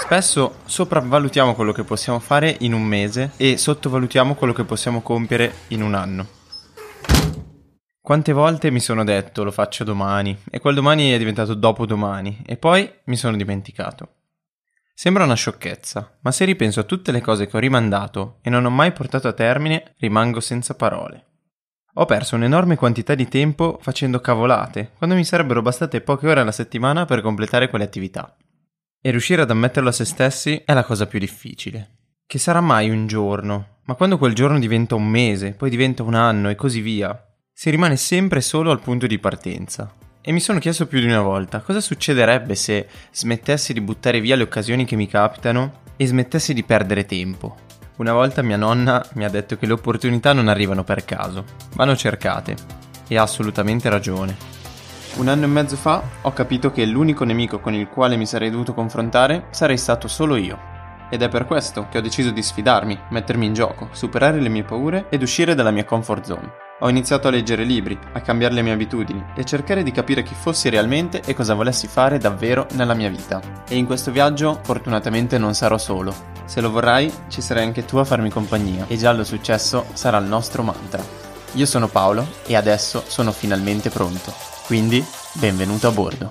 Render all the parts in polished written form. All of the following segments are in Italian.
Spesso sopravvalutiamo quello che possiamo fare in un mese e sottovalutiamo quello che possiamo compiere in un anno. Quante volte mi sono detto lo faccio domani e quel domani è diventato dopodomani e poi mi sono dimenticato. Sembra una sciocchezza, ma se ripenso a tutte le cose che ho rimandato e non ho mai portato a termine, rimango senza parole. Ho perso un'enorme quantità di tempo facendo cavolate, quando mi sarebbero bastate poche ore alla settimana per completare quelle attività. E riuscire ad ammetterlo a se stessi è la cosa più difficile. Che sarà mai un giorno, ma quando quel giorno diventa un mese, poi diventa un anno e così via, si rimane sempre solo al punto di partenza. E mi sono chiesto più di una volta cosa succederebbe se smettessi di buttare via le occasioni che mi capitano e smettessi di perdere tempo. Una volta mia nonna mi ha detto che le opportunità non arrivano per caso, vanno cercate. E ha assolutamente ragione. 1 anno e mezzo fa ho capito che l'unico nemico con il quale mi sarei dovuto confrontare sarei stato solo io. Ed è per questo che ho deciso di sfidarmi, mettermi in gioco, superare le mie paure ed uscire dalla mia comfort zone. Ho iniziato a leggere libri, a cambiare le mie abitudini e cercare di capire chi fossi realmente e cosa volessi fare davvero nella mia vita. E in questo viaggio fortunatamente non sarò solo. Se lo vorrai, ci sarai anche tu a farmi compagnia e già lo successo sarà il nostro mantra. Io sono Paolo e adesso sono finalmente pronto. Quindi, benvenuto a bordo.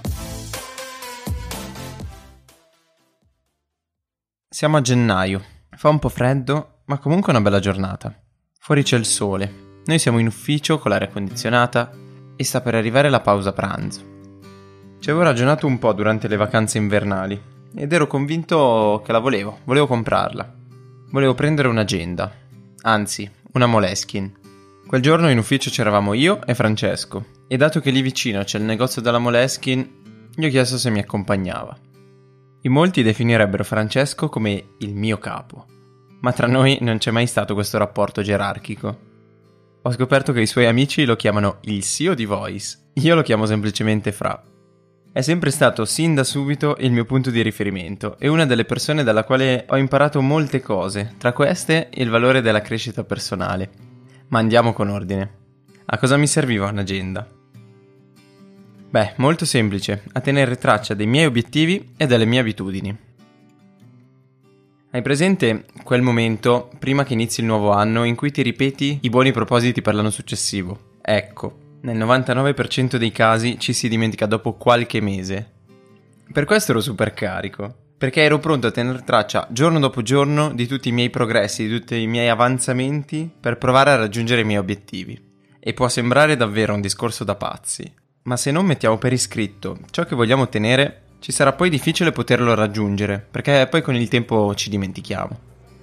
Siamo a gennaio. Fa un po' freddo, ma comunque è una bella giornata. Fuori c'è il sole. Noi siamo in ufficio con l'aria condizionata e sta per arrivare la pausa pranzo. Ci avevo ragionato un po' durante le vacanze invernali ed ero convinto che la volevo comprarla. Volevo prendere un'agenda, anzi, una Moleskine. Quel giorno in ufficio c'eravamo io e Francesco e dato che lì vicino c'è il negozio della Moleskine, gli ho chiesto se mi accompagnava. In molti definirebbero Francesco come il mio capo, ma tra noi non c'è mai stato questo rapporto gerarchico. Ho scoperto che i suoi amici lo chiamano il CEO di Voice, io lo chiamo semplicemente Fra. È sempre stato sin da subito il mio punto di riferimento e una delle persone dalla quale ho imparato molte cose, tra queste il valore della crescita personale. Ma andiamo con ordine. A cosa mi serviva un'agenda? Beh, molto semplice, a tenere traccia dei miei obiettivi e delle mie abitudini. Hai presente quel momento, prima che inizi il nuovo anno, in cui ti ripeti i buoni propositi per l'anno successivo? Ecco, nel 99% dei casi ci si dimentica dopo qualche mese. Per questo ero super carico. Perché ero pronto a tenere traccia giorno dopo giorno di tutti i miei progressi, di tutti i miei avanzamenti per provare a raggiungere i miei obiettivi. E può sembrare davvero un discorso da pazzi, ma se non mettiamo per iscritto ciò che vogliamo ottenere, ci sarà poi difficile poterlo raggiungere, perché poi con il tempo ci dimentichiamo.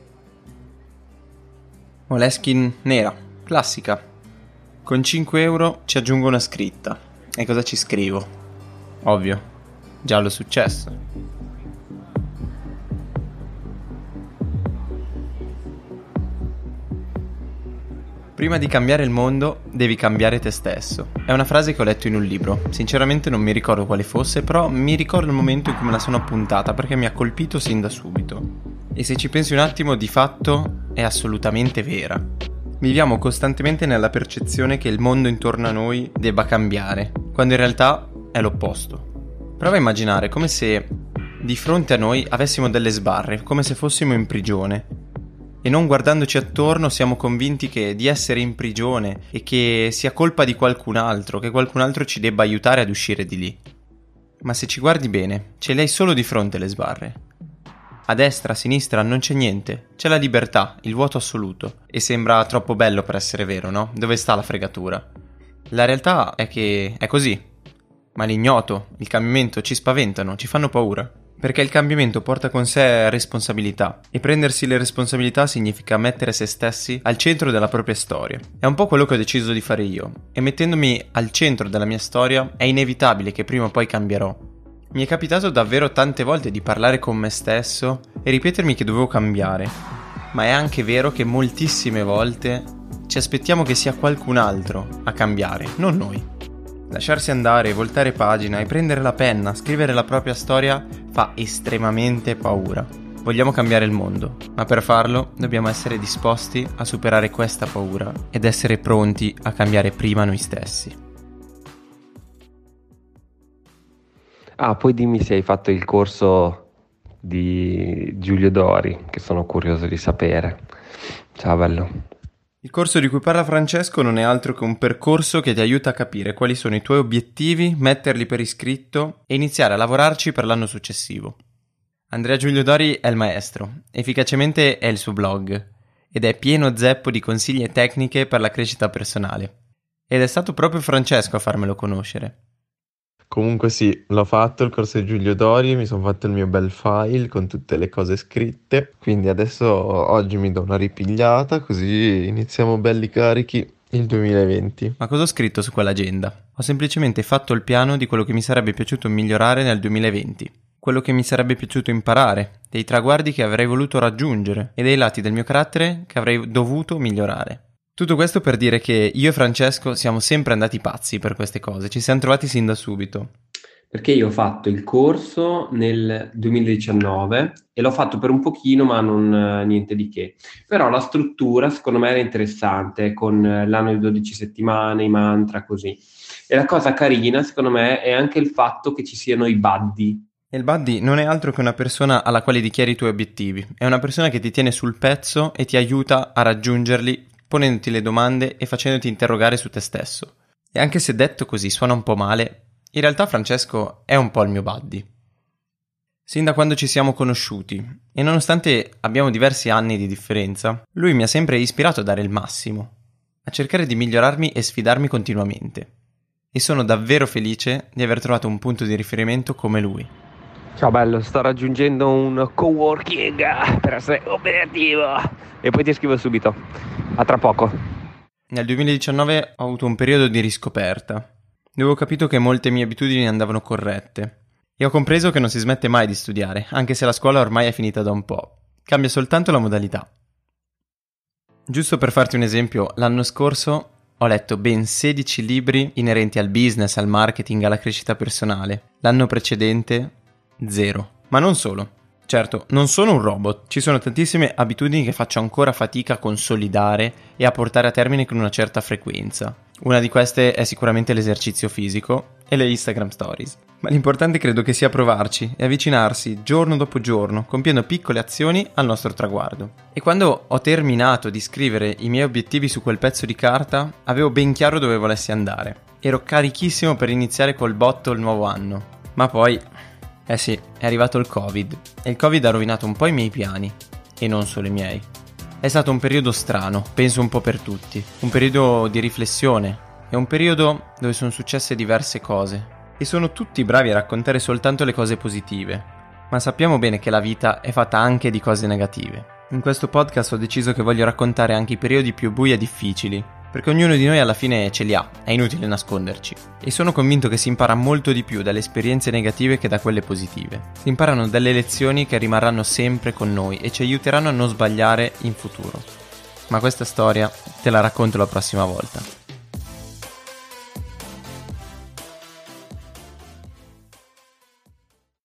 Moleskine nera, classica. Con 5 euro ci aggiungo una scritta. E cosa ci scrivo? Ovvio, giallo successo. Prima di cambiare il mondo, devi cambiare te stesso. È una frase che ho letto in un libro. Sinceramente non mi ricordo quale fosse, però mi ricordo il momento in cui me la sono appuntata perché mi ha colpito sin da subito. E se ci pensi un attimo, di fatto è assolutamente vera. Viviamo costantemente nella percezione che il mondo intorno a noi debba cambiare, quando in realtà è l'opposto. Prova a immaginare come se di fronte a noi avessimo delle sbarre, come se fossimo in prigione. E non guardandoci attorno siamo convinti che di essere in prigione e che sia colpa di qualcun altro, che qualcun altro ci debba aiutare ad uscire di lì. Ma se ci guardi bene, ce le hai solo di fronte le sbarre. A destra, a sinistra non c'è niente, c'è la libertà, il vuoto assoluto. E sembra troppo bello per essere vero, no? Dove sta la fregatura? La realtà è che è così. Ma l'ignoto, il cambiamento ci spaventano, ci fanno paura. Perché il cambiamento porta con sé responsabilità e prendersi le responsabilità significa mettere se stessi al centro della propria storia. È un po' quello che ho deciso di fare io e mettendomi al centro della mia storia è inevitabile che prima o poi cambierò. Mi è capitato davvero tante volte di parlare con me stesso e ripetermi che dovevo cambiare, ma è anche vero che moltissime volte ci aspettiamo che sia qualcun altro a cambiare, non noi. Lasciarsi andare, voltare pagina e prendere la penna, scrivere la propria storia fa estremamente paura. Vogliamo cambiare il mondo, ma per farlo dobbiamo essere disposti a superare questa paura ed essere pronti a cambiare prima noi stessi. Poi dimmi se hai fatto il corso di Giulio Dori, che sono curioso di sapere. Ciao bello. Il corso di cui parla Francesco non è altro che un percorso che ti aiuta a capire quali sono i tuoi obiettivi, metterli per iscritto e iniziare a lavorarci per l'anno successivo. Andrea Giulio Dori è il maestro, efficacemente è il suo blog, ed è pieno zeppo di consigli e tecniche per la crescita personale. Ed è stato proprio Francesco a farmelo conoscere. Comunque sì, l'ho fatto il corso di Giulio Dori, mi sono fatto il mio bel file con tutte le cose scritte, quindi adesso oggi mi do una ripigliata così iniziamo belli carichi il 2020. Ma cosa ho scritto su quell'agenda? Ho semplicemente fatto il piano di quello che mi sarebbe piaciuto migliorare nel 2020, quello che mi sarebbe piaciuto imparare, dei traguardi che avrei voluto raggiungere e dei lati del mio carattere che avrei dovuto migliorare. Tutto questo per dire che io e Francesco siamo sempre andati pazzi per queste cose, ci siamo trovati sin da subito. Perché io ho fatto il corso nel 2019 e l'ho fatto per un pochino, ma non niente di che. Però la struttura secondo me era interessante, con l'anno di 12 settimane, i mantra, così. E la cosa carina secondo me è anche il fatto che ci siano i buddy. E il buddy non è altro che una persona alla quale dichiari i tuoi obiettivi. È una persona che ti tiene sul pezzo e ti aiuta a raggiungerli, ponendoti le domande e facendoti interrogare su te stesso. E anche se detto così suona un po' male, in realtà Francesco è un po' il mio buddy. Sin da quando ci siamo conosciuti, e nonostante abbiamo diversi anni di differenza, lui mi ha sempre ispirato a dare il massimo, a cercare di migliorarmi e sfidarmi continuamente. E sono davvero felice di aver trovato un punto di riferimento come lui. Ciao bello, sto raggiungendo un coworking per essere operativo e poi ti scrivo subito. A tra poco. Nel 2019 ho avuto un periodo di riscoperta, dove ho capito che molte mie abitudini andavano corrette e ho compreso che non si smette mai di studiare, anche se la scuola ormai è finita da un po'. Cambia soltanto la modalità. Giusto per farti un esempio, l'anno scorso ho letto ben 16 libri inerenti al business, al marketing, alla crescita personale. L'anno precedente 0. Ma non solo. Certo, non sono un robot, ci sono tantissime abitudini che faccio ancora fatica a consolidare e a portare a termine con una certa frequenza. Una di queste è sicuramente l'esercizio fisico e le Instagram Stories. Ma l'importante credo che sia provarci e avvicinarsi giorno dopo giorno, compiendo piccole azioni al nostro traguardo. E quando ho terminato di scrivere i miei obiettivi su quel pezzo di carta, avevo ben chiaro dove volessi andare. Ero carichissimo per iniziare col botto il nuovo anno. Ma poi... sì, è arrivato il Covid e il Covid ha rovinato un po' i miei piani, e non solo i miei. È stato un periodo strano, penso un po' per tutti, un periodo di riflessione, è un periodo dove sono successe diverse cose, e sono tutti bravi a raccontare soltanto le cose positive, ma sappiamo bene che la vita è fatta anche di cose negative. In questo podcast ho deciso che voglio raccontare anche i periodi più bui e difficili, perché ognuno di noi alla fine ce li ha, è inutile nasconderci. E sono convinto che si impara molto di più dalle esperienze negative che da quelle positive. Si imparano delle lezioni che rimarranno sempre con noi e ci aiuteranno a non sbagliare in futuro. Ma questa storia te la racconto la prossima volta.